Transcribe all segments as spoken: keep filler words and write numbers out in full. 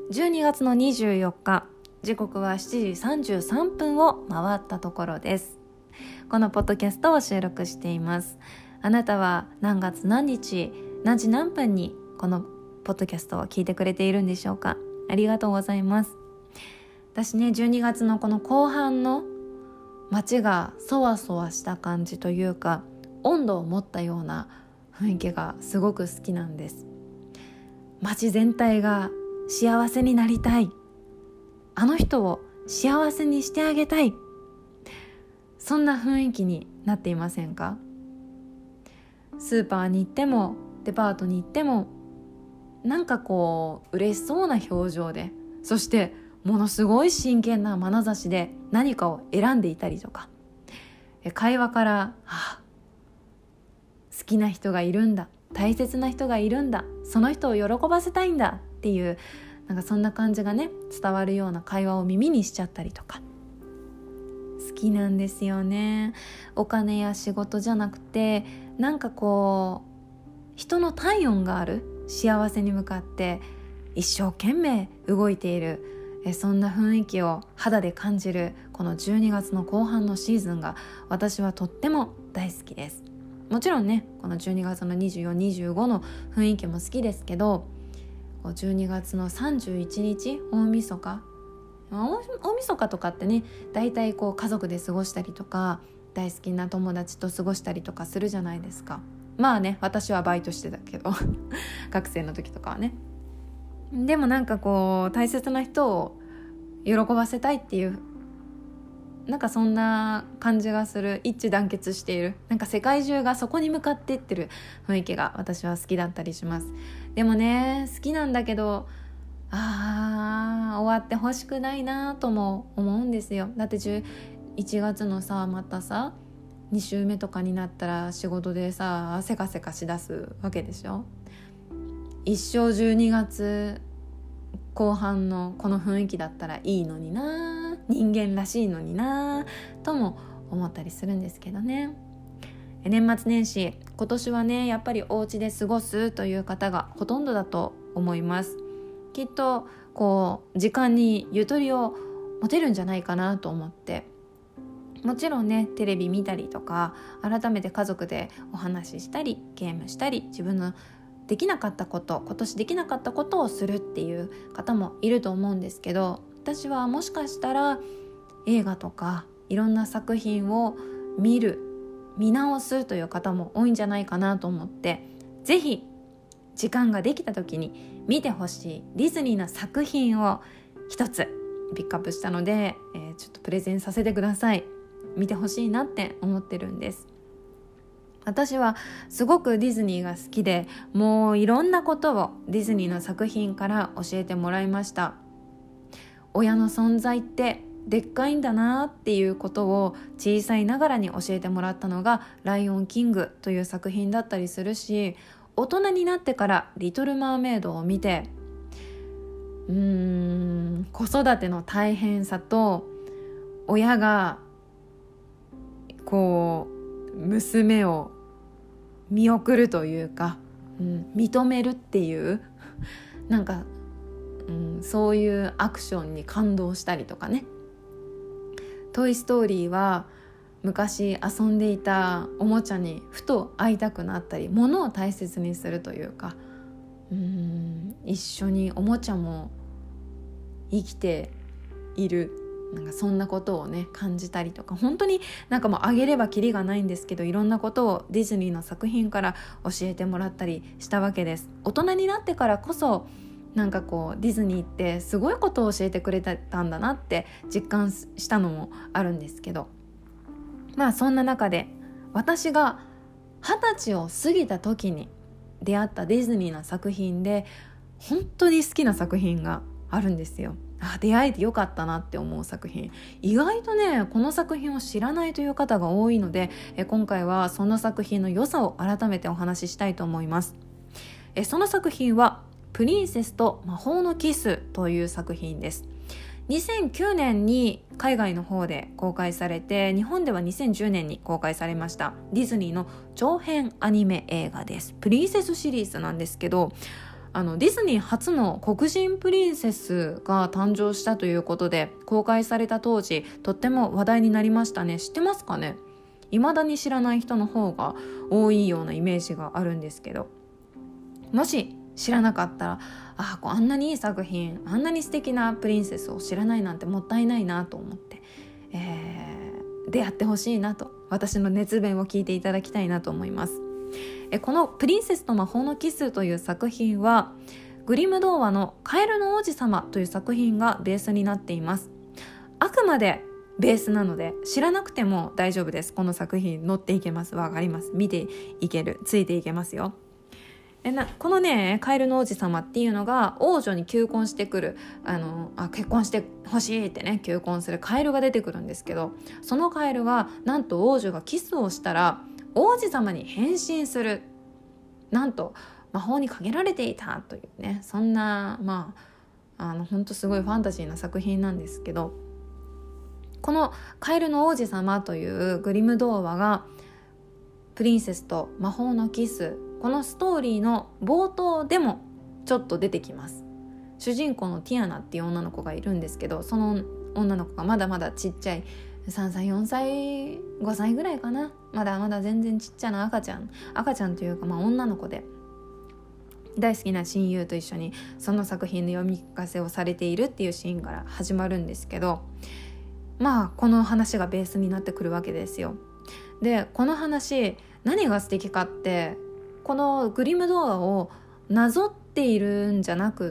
じゅうにがつのにじゅうよっか、時刻はしちじさんじゅうさんぷんを回ったところです。このポッドキャストを収録しています。あなたは何月何日何時何分にこのポッドキャストを聞いてくれているんでしょうか。ありがとうございます。私ね、じゅうにがつのこの後半の街がそわそわした感じというか、温度を持ったような雰囲気がすごく好きなんです。街全体が幸せになりたい、あの人を幸せにしてあげたい、そんな雰囲気になっていませんか？スーパーに行ってもデパートに行っても、なんかこう嬉しそうな表情で、そしてものすごい真剣な眼差しで何かを選んでいたりとか、会話から、はあ、好きな人がいるんだ、大切な人がいるんだ、その人を喜ばせたいんだっていう、なんかそんな感じがね伝わるような会話を耳にしちゃったりとか、好きなんですよね。お金や仕事じゃなくて、なんかこう人の体温がある幸せに向かって一生懸命動いている、えそんな雰囲気を肌で感じるこのじゅうにがつの後半のシーズンが私はとっても大好きです。もちろんね、このじゅうにがつのにじゅうよん、にじゅうごの雰囲気も好きですけど、じゅうにがつのさんじゅういちにち、大晦日大晦日とかってね、だいたいこう家族で過ごしたりとか、大好きな友達と過ごしたりとかするじゃないですか。まあね、私はバイトしてたけど学生の時とかはね。でもなんかこう大切な人を喜ばせたいっていう、なんかそんな感じがする、一致団結している、なんか世界中がそこに向かっていってる雰囲気が私は好きだったりします。でもね、好きなんだけど、あー終わってほしくないなとも思うんですよ。だってじゅういちがつのさ、またさに週目とかになったら仕事でさせかせかしだすわけでしょ。一生じゅうにがつ後半のこの雰囲気だったらいいのにな、人間らしいのになとも思ったりするんですけどね。年末年始、今年はねやっぱりお家で過ごすという方がほとんどだと思います。きっとこう時間にゆとりを持てるんじゃないかなと思って、もちろんねテレビ見たりとか、改めて家族でお話ししたりゲームしたり、自分のできなかったこと、今年できなかったことをするっていう方もいると思うんですけど、私はもしかしたら映画とかいろんな作品を見る、見直すという方も多いんじゃないかなと思って、ぜひ時間ができた時に見てほしいディズニーの作品を一つピックアップしたので、えー、ちょっとプレゼンさせてください。見てほしいなって思ってるんです。私はすごくディズニーが好きで、もういろんなことをディズニーの作品から教えてもらいました。親の存在ってでっかいんだなっていうことを小さいながらに教えてもらったのがライオンキングという作品だったりするし、大人になってからリトルマーメイドを見て、うーん子育ての大変さと、親がこう娘を見送るというか、うん、認めるっていうなんか、うん、そういうアクションに感動したりとかね。トイストーリーは昔遊んでいたおもちゃにふと会いたくなったり、物を大切にするというか、うーん一緒におもちゃも生きている、なんかそんなことをね感じたりとか、本当になんかもうあげればキリがないんですけど、いろんなことをディズニーの作品から教えてもらったりしたわけです。大人になってからこそなんかこうディズニーってすごいことを教えてくれたんだなって実感したのもあるんですけど、まあそんな中で私が二十歳を過ぎた時に出会ったディズニーの作品で本当に好きな作品があるんですよ。あ、出会えてよかったなって思う作品、意外とねこの作品を知らないという方が多いので、え今回はその作品の良さを改めてお話ししたいと思います。えその作品はプリンセスと魔法のキスという作品です。にせんきゅうねんに海外の方で公開されて、日本ではにせんじゅうねんに公開されましたディズニーの長編アニメ映画です。プリンセスシリーズなんですけど、 あのディズニー初の黒人プリンセスが誕生したということで公開された当時とっても話題になりましたね。知ってますかね？未だに知らない人の方が多いようなイメージがあるんですけど、もし知らなかったらああんなにいい作品、あんなに素敵なプリンセスを知らないなんてもったいないなと思って、えー、出会ってほしいなと、私の熱弁を聞いていただきたいなと思います。えこのプリンセスと魔法のキスという作品はグリム童話のカエルの王子様という作品がベースになっています。あくまでベースなので知らなくても大丈夫です。この作品乗っていけます。わかります。見ていける、ついていけますよ。えなこのねカエルの王子様っていうのが王女に求婚してくるあのあ結婚してほしいってね求婚するカエルが出てくるんですけど、そのカエルはなんと王女がキスをしたら王子様に変身する、なんと魔法にかけられていたというね、そんなまああの本当すごいファンタジーな作品なんですけど、このカエルの王子様というグリム童話がプリンセスと魔法のキス、このストーリーの冒頭でもちょっと出てきます。主人公のティアナっていう女の子がいるんですけど、その女の子がまだまだちっちゃいさんさいよんさいごさいぐらいかな、まだまだ全然ちっちゃな赤ちゃん赤ちゃんというかまあ女の子で、大好きな親友と一緒にその作品の読み聞かせをされているっていうシーンから始まるんですけど、まあこの話がベースになってくるわけですよ。でこの話何が素敵かって、このグリム童話をなぞっているんじゃなくって、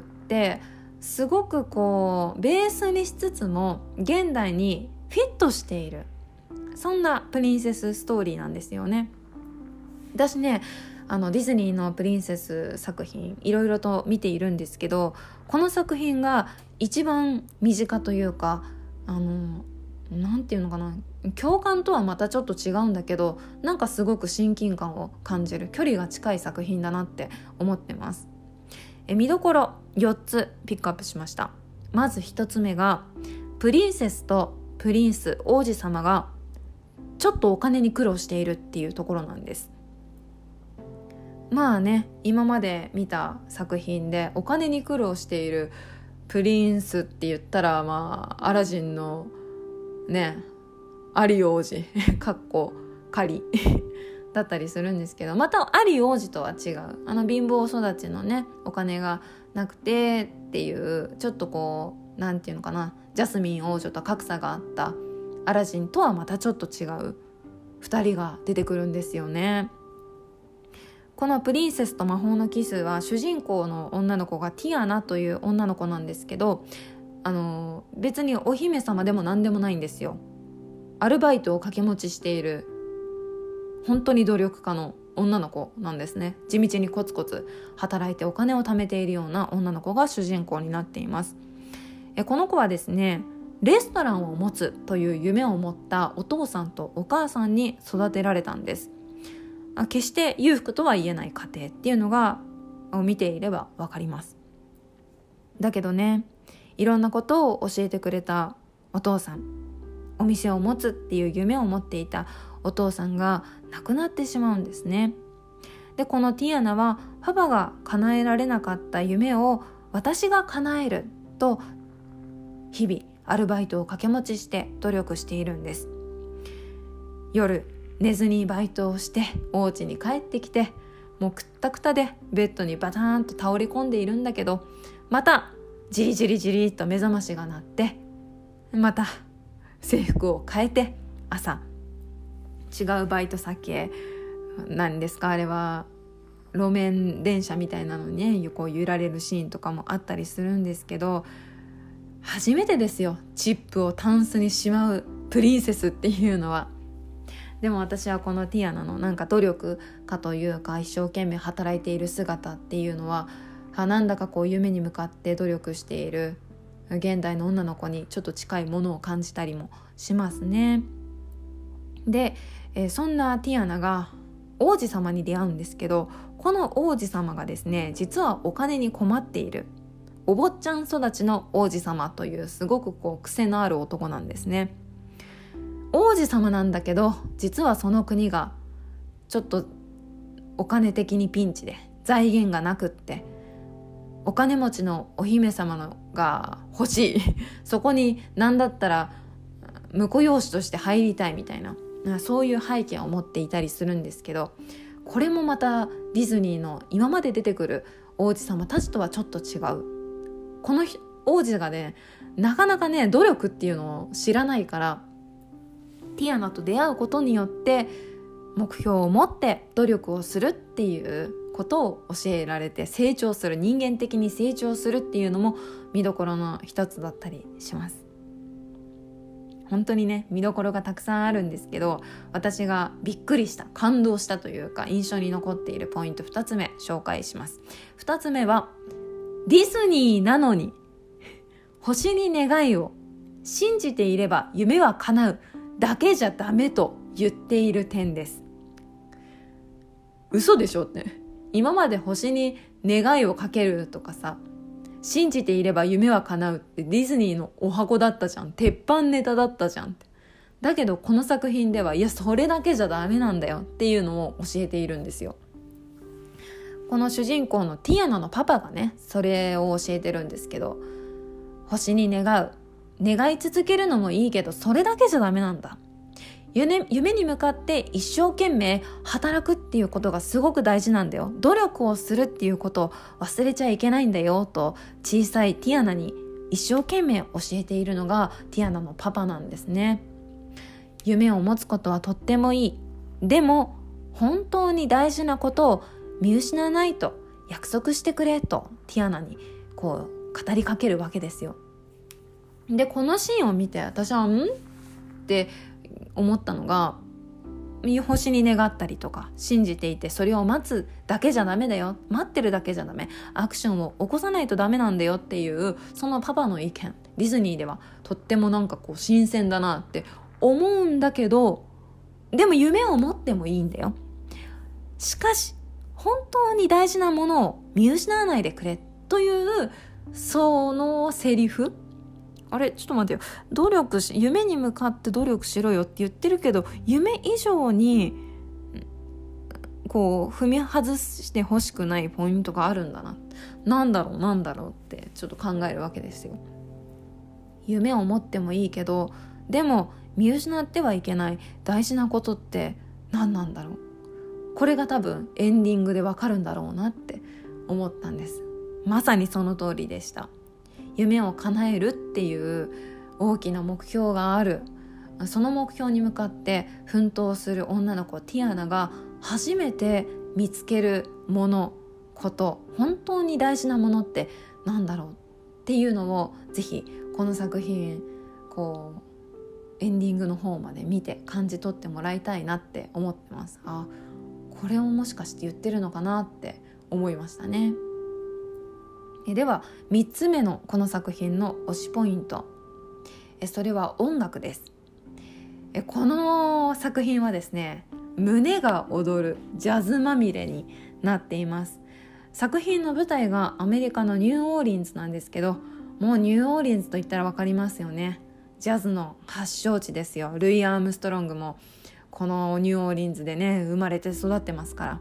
すごくこうベースにしつつも現代にフィットしている、そんなプリンセスストーリーなんですよね。私ねあのディズニーのプリンセス作品いろいろと見ているんですけど、この作品が一番身近というか、あのなんていうのかな、共感とはまたちょっと違うんだけど、なんかすごく親近感を感じる、距離が近い作品だなって思ってます。え見どころよっつピックアップしました。まずひとつめがプリンセスとプリンス王子様がちょっとお金に苦労しているっていうところなんです。まあね、今まで見た作品でお金に苦労しているプリンスって言ったら、まあアラジンのねアリ王子かっこカリだったりするんですけど、またアリ王子とは違う、あの貧乏育ちのねお金がなくてっていうちょっとこうなんていうのかな、ジャスミン王女と格差があったアラジンとはまたちょっと違うふたりが出てくるんですよね。このプリンセスと魔法のキスは主人公の女の子がティアナという女の子なんですけど、あの別にお姫様でも何でもないんですよ。アルバイトを掛け持ちしている本当に努力家の女の子なんですね。地道にコツコツ働いてお金を貯めているような女の子が主人公になっています。えこの子はですね、レストランを持つという夢を持ったお父さんとお母さんに育てられたんです。決して裕福とは言えない家庭っていうのがを見ていればわかります。だけどね、いろんなことを教えてくれたお父さん、お店を持つっていう夢を持っていたお父さんが亡くなってしまうんですね。でこのティアナはパパが叶えられなかった夢を私が叶えると日々アルバイトを掛け持ちして努力しているんです。夜寝ずにバイトをしてお家に帰ってきて、もうくったくたでベッドにバターンと倒れ込んでいるんだけど、またジリジリジリと目覚ましが鳴って、また制服を変えて朝違うバイト先へ、何ですかあれは路面電車みたいなのにねこう揺られるシーンとかもあったりするんですけど、初めてですよ、チップをタンスにしまうプリンセスっていうのは。でも私はこのティアナのなんか努力家というか一生懸命働いている姿っていうのは、なんだかこう夢に向かって努力している現代の女の子にちょっと近いものを感じたりもしますね。で、えー、そんなティアナが王子様に出会うんですけど、この王子様がですね、実はお金に困っているお坊ちゃん育ちの王子様というすごくこう癖のある男なんですね。王子様なんだけど実はその国がちょっとお金的にピンチで財源がなくって、 お金持ちのお姫様のが欲しいそこに何だったら婿養子として入りたいみたいな、そういう背景を持っていたりするんですけど、これもまたディズニーの今まで出てくる王子様たちとはちょっと違う。この王子がね、なかなかね努力っていうのを知らないから、ティアナと出会うことによって目標を持って努力をするっていうことを教えられて、成長する、人間的に成長するっていうのも見どころの一つだったりします。本当にね見どころがたくさんあるんですけど、私がびっくりした、感動したというか印象に残っているポイントふたつめ紹介します。ふたつめは、ディズニーなのに星に願いを信じていれば夢は叶うだけじゃダメと言っている点です。嘘でしょって。今まで星に願いをかけるとかさ、信じていれば夢は叶うってディズニーのお箱だったじゃん、鉄板ネタだったじゃんって。だけどこの作品では、いやそれだけじゃダメなんだよっていうのを教えているんですよ。この主人公のティアナのパパがねそれを教えてるんですけど、星に願う、願い続けるのもいいけどそれだけじゃダメなんだ。夢, 夢に向かって一生懸命働くっていうことがすごく大事なんだよ。努力をするっていうことを忘れちゃいけないんだよと、小さいティアナに一生懸命教えているのがティアナのパパなんですね。夢を持つことはとってもいい。でも本当に大事なことを見失わないと約束してくれとティアナにこう語りかけるわけですよ。でこのシーンを見て私はんって思ったのが、星に願ったりとか信じていてそれを待つだけじゃダメだよ、待ってるだけじゃダメ、アクションを起こさないとダメなんだよっていうそのパパの意見、ディズニーではとってもなんかこう新鮮だなって思うんだけど、でも夢を持ってもいいんだよ。しかし本当に大事なものを見失わないでくれというそのセリフ、あれちょっと待ってよ、努力し夢に向かって努力しろよって言ってるけど、夢以上にこう踏み外してほしくないポイントがあるんだな、なんだろうなんだろうってちょっと考えるわけですよ。夢を持ってもいいけど、でも見失ってはいけない大事なことって何なんだろう。これが多分エンディングでわかるんだろうなって思ったんです。まさにその通りでした。夢を叶えるっていう大きな目標がある、その目標に向かって奮闘する女の子ティアナが初めて見つけるもの、こと、本当に大事なものってなんだろうっていうのをぜひこの作品こうエンディングの方まで見て感じ取ってもらいたいなって思ってます。あ、これをもしかして言ってるのかなって思いましたね。ではみっつめのこの作品の推しポイント、それは音楽です。この作品はですね、胸が躍るジャズまみれになっています。作品の舞台がアメリカのニューオーリンズなんですけど、もうニューオーリンズと言ったら分かりますよね。ジャズの発祥地ですよ。ルイ・アームストロングもこのニューオーリンズでね生まれて育ってますから。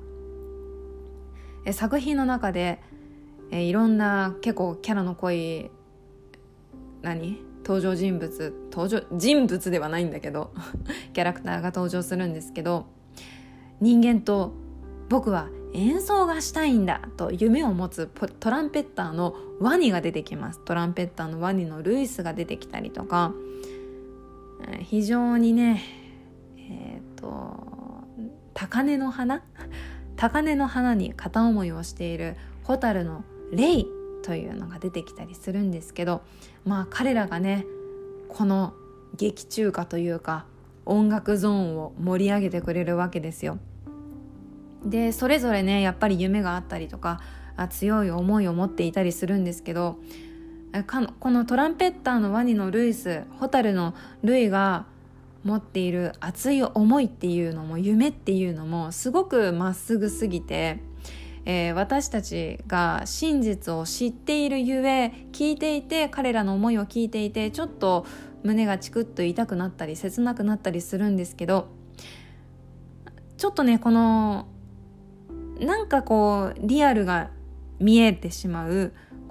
作品の中でえいろんな結構キャラの濃い何登場人物登場人物ではないんだけどキャラクターが登場するんですけど、人間と僕は演奏がしたいんだと夢を持つトランペッターのワニが出てきます。トランペッターのワニのルイスが出てきたりとか、非常にねえっと高嶺の花高嶺の花に片思いをしているホタルのレイというのが出てきたりするんですけど、まあ彼らがねこの劇中歌というか音楽ゾーンを盛り上げてくれるわけですよ。でそれぞれねやっぱり夢があったりとか強い思いを持っていたりするんですけど、このトランペッターのワニのルイス、ホタルのルイが持っている熱い思いっていうのも夢っていうのもすごくまっすぐすぎて、えー、私たちが真実を知っているゆえ聞いていて、彼らの思いを聞いていてちょっと胸がチクッと痛くなったり切なくなったりするんですけど、ちょっとねこのなんかこうリアルが見えてしまう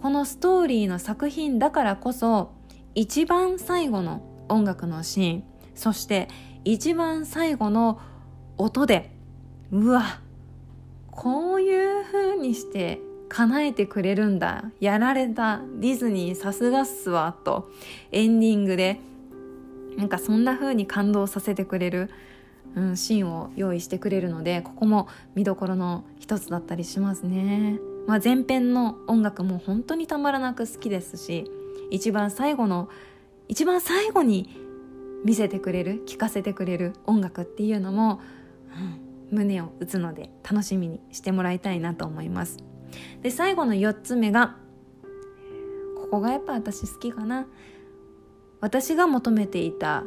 このストーリーの作品だからこそ一番最後の音楽のシーン、そして一番最後の音で、うわ、こういう風にして叶えてくれるんだ、やられた、ディズニーさすがっすわとエンディングでなんかそんな風に感動させてくれる、うん、シーンを用意してくれるので、ここも見どころの一つだったりしますね。まあ、前編の音楽も本当にたまらなく好きですし、一番最後の一番最後に見せてくれる、聴かせてくれる音楽っていうのも、うん、胸を打つので楽しみにしてもらいたいなと思います。で、最後のよっつめが、ここがやっぱ私好きかな。私が求めていた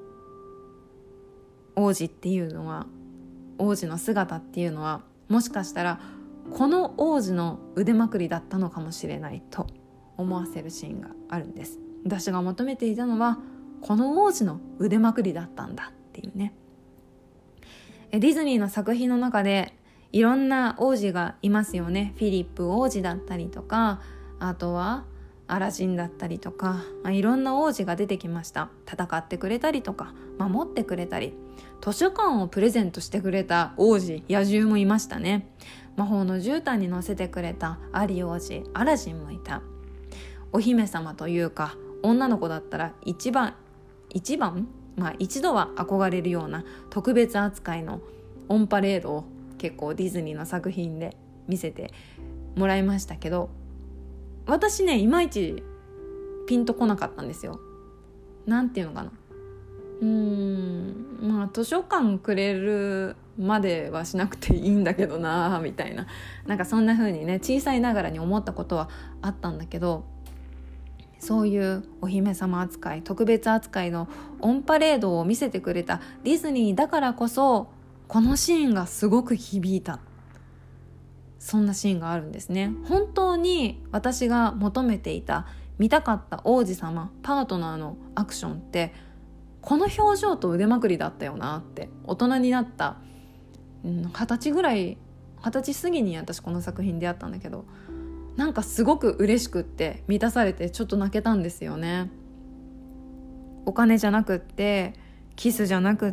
王子っていうのは、王子の姿っていうのは、もしかしたらこの王子の腕まくりだったのかもしれないと思わせるシーンがあるんです。私が求めていたのはこの王子の腕まくりだったんだっていうね。ディズニーの作品の中でいろんな王子がいますよね。フィリップ王子だったりとか、あとはアラジンだったりとか、まあ、いろんな王子が出てきました。戦ってくれたりとか守ってくれたり、図書館をプレゼントしてくれた王子、野獣もいましたね。魔法の絨毯に乗せてくれたアリ王子、アラジンもいた。お姫様というか女の子だったら一番一番まあ一度は憧れるような特別扱いのオンパレードを結構ディズニーの作品で見せてもらいましたけど、私ね、いまいちピンとこなかったんですよ。なんていうのかな、うーんまあ図書館くれるまではしなくていいんだけどなみたいな、なんかそんな風にね、小さいながらに思ったことはあったんだけど、そういうお姫様扱い、特別扱いのオンパレードを見せてくれたディズニーだからこそ、このシーンがすごく響いた、そんなシーンがあるんですね。本当に私が求めていた、見たかった王子様、パートナーのアクションってこの表情と腕まくりだったよなって、大人になった二十歳ぐらい、二十歳過ぎに私この作品に出会ったんだけど、なんかすごく嬉しくって満たされてちょっと泣けたんですよね。お金じゃなくって、キスじゃなくって、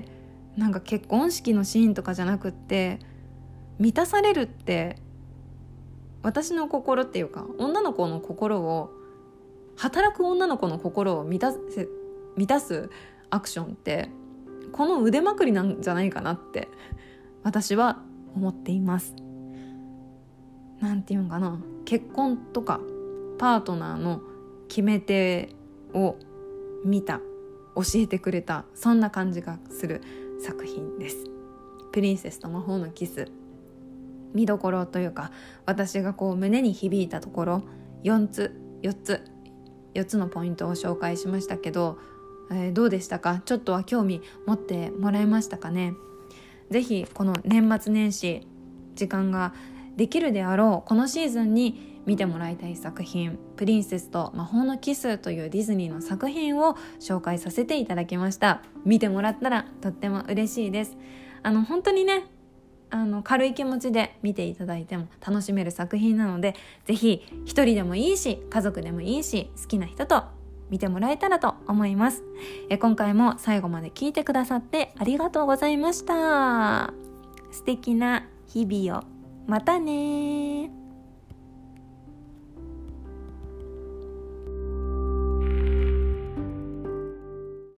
なんか結婚式のシーンとかじゃなくって、満たされるって、私の心っていうか女の子の心を、働く女の子の心を満たせ満たすアクションってこの腕まくりなんじゃないかなって私は思っています。なんていうのかな、結婚とかパートナーの決め手を見た、教えてくれた、そんな感じがする作品です。プリンセスと魔法のキス、見どころというか、私がこう胸に響いたところ、よっつよっつよっつのポイントを紹介しましたけど、えー、どうでしたか？ちょっとは興味持ってもらえましたかね？ぜひこの年末年始時間ができるであろうこのシーズンに見てもらいたい作品、プリンセスと魔法のキスというディズニーの作品を紹介させていただきました。見てもらったらとっても嬉しいです。あの本当にね、あの軽い気持ちで見ていただいても楽しめる作品なので、ぜひ一人でもいいし家族でもいいし、好きな人と見てもらえたらと思います。え今回も最後まで聞いてくださってありがとうございました。素敵な日々を。またね。